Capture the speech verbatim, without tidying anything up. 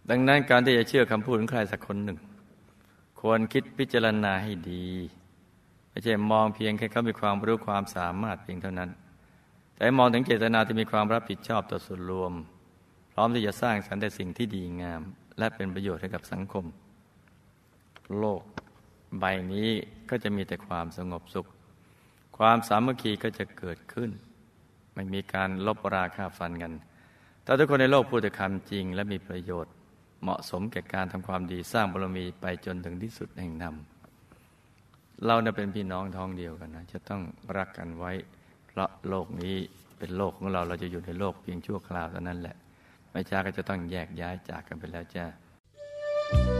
ดังนั้นการที่จะเชื่อคำพูดของใครสักคนหนึ่งควรคิดพิจารณาให้ดีไม่ใช่มองเพียงแค่เขามีความรู้ความสามารถเพียงเท่านั้นแต่มองถึงเจตนาที่มีความรับผิดชอบต่อส่วนรวมพร้อมที่จะสร้างสรรค์แต่สิ่งที่ดีงามและเป็นประโยชน์ให้กับสังคมโลกใบนี้ก็จะมีแต่ความสงบสุขความสามัคคีก็จะเกิดขึ้นไม่มีการลบราค่าฟันกันถ้าทุกคนในโลกพูดแต่คำจริงและมีประโยชน์เหมาะสมแก่การทำความดีสร้างบารมีไปจนถึงที่สุดแห่งธรรมเราเนี่ยเป็นพี่น้องท้องเดียวกันนะจะต้องรักกันไว้เพราะโลกนี้เป็นโลกของเราเราจะอยู่ในโลกเพียงชั่วคราวเท่านั้นแหละไม่ช้าก็จะต้องแยกย้ายจากกันไปแล้วจ้า